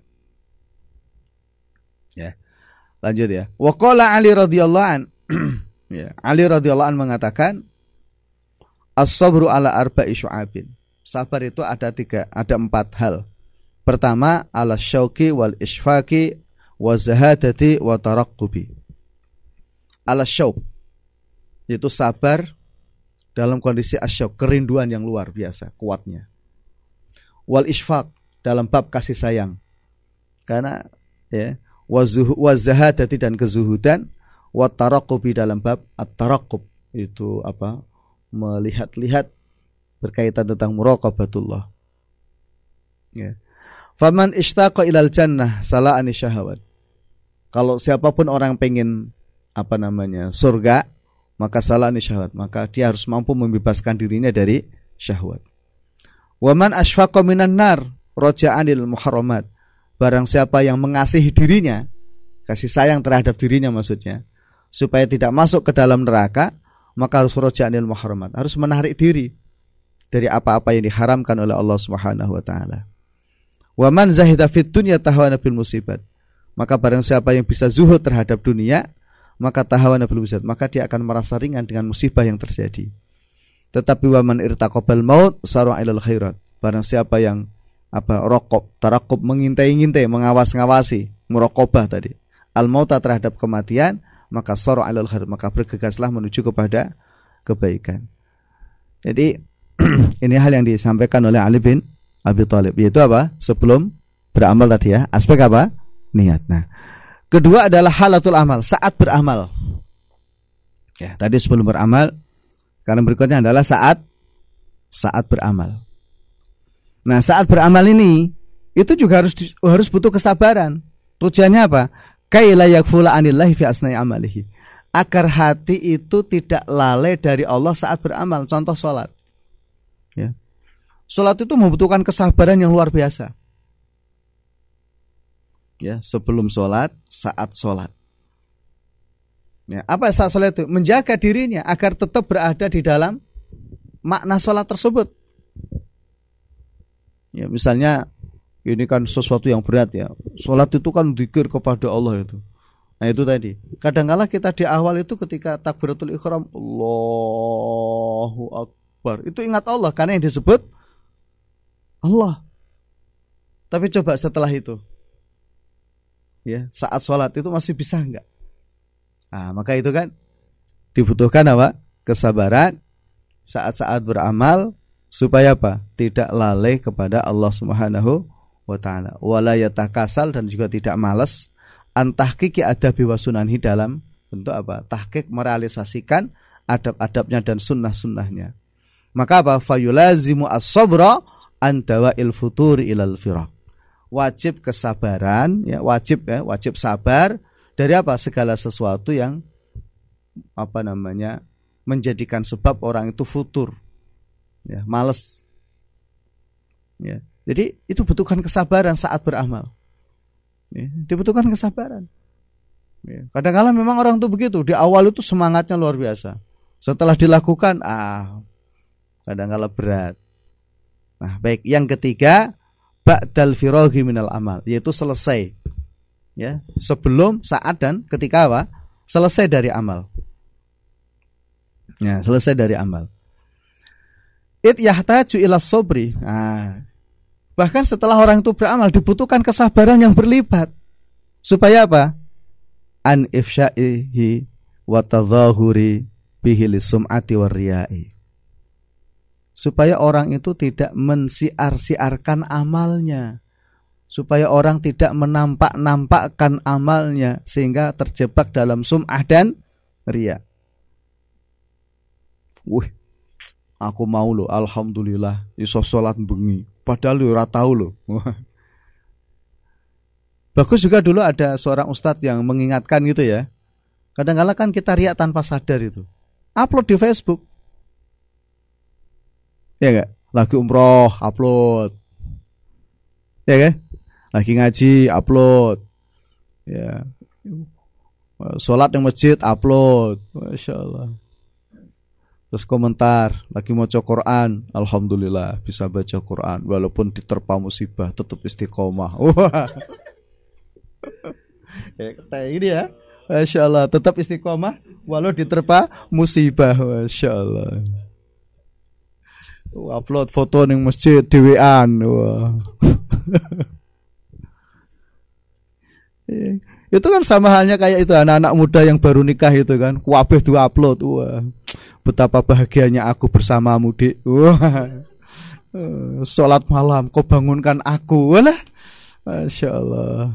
Ya, lanjut ya. Wa qala Ali radhiyallahu an. Ya, Ali radhiyallahu an mengatakan, as-sabru ala arba'i syu'abin. Sabar itu ada 4 hal. Pertama, ala syauqi wal isfaqi wa zahadati wa taraqqubi. Ala syauq, yaitu sabar dalam kondisi asyauq, kerinduan yang luar biasa, kuatnya. Wal isfaq, dalam bab kasih sayang. Karena ya, wa zahadati, dan kezuhudan, wa taraqqubi, dalam bab at-taraqqub, itu apa? Melihat-lihat berkaitan tentang muraqabatullah. Ya. Faman ishtaqa ilal jannah sala'ani syahawat. Kalau siapapun orang pengen surga, maka sala'ani syahwat, maka dia harus mampu membebaskan dirinya dari syahwat. Waman ashfaqa minan nar raja'anil muharramat. Barang siapa yang mengasihi dirinya, kasih sayang terhadap dirinya maksudnya, supaya tidak masuk ke dalam neraka, maka harus raja'anil muharramat, harus menarik diri dari apa-apa yang diharamkan oleh Allah Subhanahu wa taala. Wa man zahida fid dunya tahawana bil musibat. Maka barang siapa yang bisa zuhud terhadap dunia, maka tahawana bil musibat, maka dia akan merasa ringan dengan musibah yang terjadi. Tetapi wa man irtaqabal maut sar'a ilal khairat. Barang siapa yang tarakub mengintai-ngintai, mengawas-ngawasi, muraqabah tadi. Al-mauta terhadap kematian, maka sar'a ilal khairat, maka bergegaslah menuju kepada kebaikan. Jadi ini hal yang disampaikan oleh Ali bin Abi Thalib, yaitu apa? Sebelum beramal tadi ya, aspek apa? Niat. Nah, kedua adalah halatul amal, saat beramal. Ya, tadi sebelum beramal, karena berikutnya adalah saat beramal. Nah, saat beramal ini itu juga harus butuh kesabaran. Tujuannya apa? Kaila yakfula anillahi fi asna'i amalihi. Agar hati itu tidak lalai dari Allah saat beramal. Contoh sholat. Ya. Sholat itu membutuhkan kesabaran yang luar biasa. Ya, sebelum sholat, saat sholat. Ya, apa saat sholat itu? Menjaga dirinya agar tetap berada di dalam makna sholat tersebut. Ya, misalnya ini kan sesuatu yang berat ya. Sholat itu kan dzikir kepada Allah itu. Nah itu tadi. Kadang-kala kita di awal itu ketika takbiratul ihram, Allahu Akbar, itu ingat Allah karena yang disebut Allah. Tapi coba setelah itu, ya saat sholat itu masih bisa enggak? Nah, maka itu kan dibutuhkan apa? Kesabaran saat-saat beramal supaya apa? Tidak lalai kepada Allah Subhanahu wa taala. Wala yatakasal, dan juga tidak malas antahqiqi adabi wa sunanhi, dalam bentuk apa? Tahqiq, merealisasikan adab-adabnya dan sunnah-sunnahnya. Maka apa? Fayulazimu as-sabra an dawa'il futuri ilal firaq. Wajib kesabaran, ya, wajib sabar dari apa? Segala sesuatu yang menjadikan sebab orang itu futur. Ya, malas. Ya. Jadi itu butuhkan kesabaran saat beramal. Ya, dibutuhkan kesabaran. Ya. Kadang-kadang memang orang itu begitu. Di awal itu semangatnya luar biasa. Setelah dilakukan, kadang-kadang berat. Nah, baik. Yang ketiga, ba'dal firaghi minal amal, yaitu selesai. Ya, sebelum, saat, dan ketika apa? Selesai dari amal. Ya, selesai dari amal. It yahtaju ila sobri. Bahkan setelah orang itu beramal dibutuhkan kesabaran yang berlipat. Supaya apa? An ifsya'ihi wa tadhahuri bihi lisum'ati warriya'i. Supaya orang itu tidak mensiar-siarkan amalnya. Supaya orang tidak menampak-nampakkan amalnya sehingga terjebak dalam sum'ah dan riya. Aku mau loh, alhamdulillah iso salat bengi. Padahal lu ora tahu loh. Bagus juga dulu ada seorang ustadz yang mengingatkan gitu ya. Kadang-kadang kan kita riak tanpa sadar itu. Upload di Facebook. Ya enggak? Lagi umroh, upload. Ya kan? Lagi ngaji, upload. Ya. Salat di masjid, upload. Masya Allah. Terus komentar, lagi maca Quran, alhamdulillah bisa baca Quran walaupun diterpa musibah tetap istiqomah. Wah. Kayak gini ya. Masya Allah, tetap istiqomah walau diterpa musibah. Masya Allah. Upload foto ning masjid dhewean. Wah. Itu kan sama halnya kayak itu anak-anak muda yang baru nikah itu kan, kabeh di-upload. Wah. Betapa bahagianya aku bersamamu, Dik. Wah. Salat malam kau bangunkan aku. Walah. Masya Allah.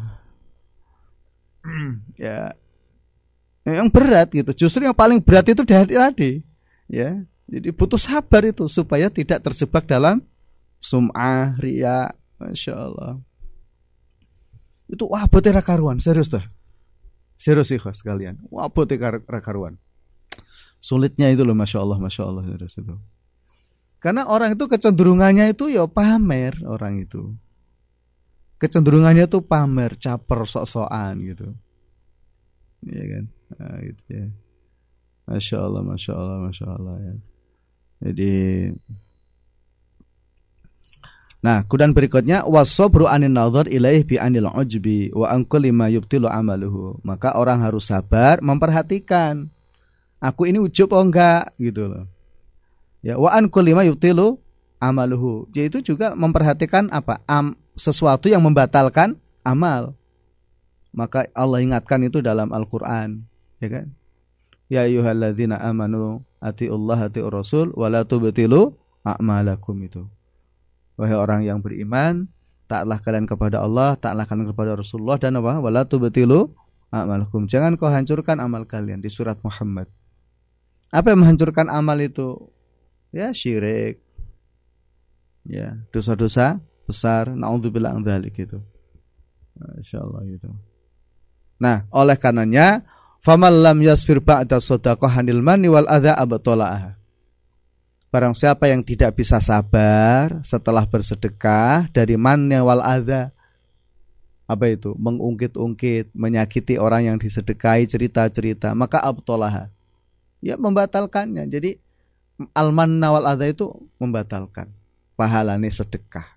Ya. Yang berat gitu. Justru yang paling berat itu di hati tadi. Ya. Jadi butuh sabar itu supaya tidak terjebak dalam sum'ah, riya. Masya Allah. Itu abote ra karuan, serius dah. Serius ikhlas sekalian. Abote ra karuan. Sulitnya itu loh, masya Allah serius itu. Karena orang itu kecenderungannya itu ya pamer, orang itu. Kecenderungannya itu pamer, caper, sok-sokan gitu. Iya kan? Nah, gitu ya. Masya Allah ya. Jadi Nah, kemudian berikutnya wasabru anin nadhar ilaih bi anil ujbi wa an kulli ma yubtilu amaluhu. Maka orang harus sabar memperhatikan aku ini ujub oh enggak gitu loh. Ya, wa an kulli ma yubtilu amaluhu. Yaitu juga memperhatikan apa? Sesuatu yang membatalkan amal. Maka Allah ingatkan itu dalam Al-Qur'an, ya kan? Ya ayyuhalladzina amanu atiullaha atiur rasul wa la tubtilu a'malakum itu. Wahai orang yang beriman, taatlah kalian kepada Allah, taatlah kalian kepada Rasulullah dan apa? Wala tubtilu a'malakum. Jangan kau hancurkan amal kalian di surat Muhammad. Apa yang menghancurkan amal itu? Ya syirik. Ya, dosa-dosa besar, naudzubillah min dzalik gitu. Masyaallah gitu. Nah, oleh karenanya faman lam yasbir ba'da shadaqahanil manni wal adza abtala'ah. Barang siapa yang tidak bisa sabar setelah bersedekah dari mannya wal adza. Apa itu? Mengungkit-ungkit, menyakiti orang yang disedekahi, cerita-cerita, maka abtalaha. Ya membatalkannya. Jadi al-manna wal adza itu membatalkan pahalanya sedekah.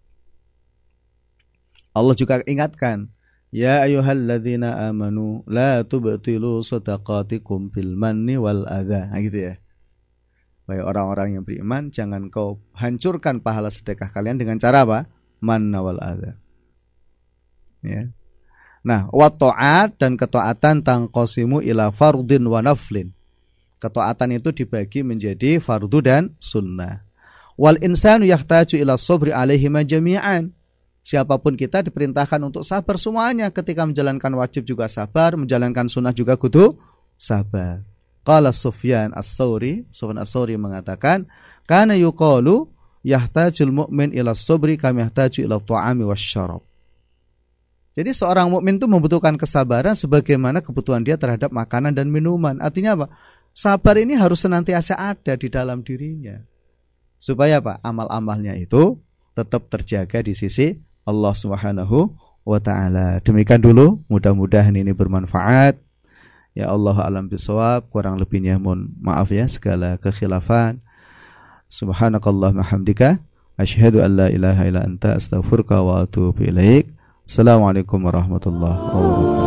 Allah juga ingatkan, ya ayyuhalladzina amanu la tubtilu shadaqatikum bil manni wal adza. Nah, gitu ya. Wahai orang-orang yang beriman, jangan kau hancurkan pahala sedekah kalian dengan cara apa? Manna wal adza. Ya. Nah, wa ta'at dan ketaatan tangqasimu ila fardhin wa naflin. Ketaatan itu dibagi menjadi fardu dan sunnah. Wal insanu yahtaju ila sabri alaihima jami'an. Siapapun kita diperintahkan untuk sabar semuanya. Ketika menjalankan wajib juga sabar, menjalankan sunnah juga kudu sabar. Qala Sufyan Ats-Tsauri, Sufyan Ats-Tsauri mengatakan, kana yuqalu yahtajul mu'min ila sabri kama yahtaju ila ta'ami wasyarab. Jadi seorang mukmin itu membutuhkan kesabaran sebagaimana kebutuhan dia terhadap makanan dan minuman. Artinya apa? Sabar ini harus senantiasa ada di dalam dirinya. Supaya apa? Amal-amalnya itu tetap terjaga di sisi Allah Subhanahu wa taala. Demikian dulu, mudah-mudahan ini bermanfaat. Ya Allah alam bisawab, kurang lebihnya mohon maaf ya segala kekhilafan. Subhanakallahumma hamdika asyhadu an la ilaha illa anta astaghfiruka wa atubu ilaik. Assalamualaikum warahmatullahi wabarakatuh.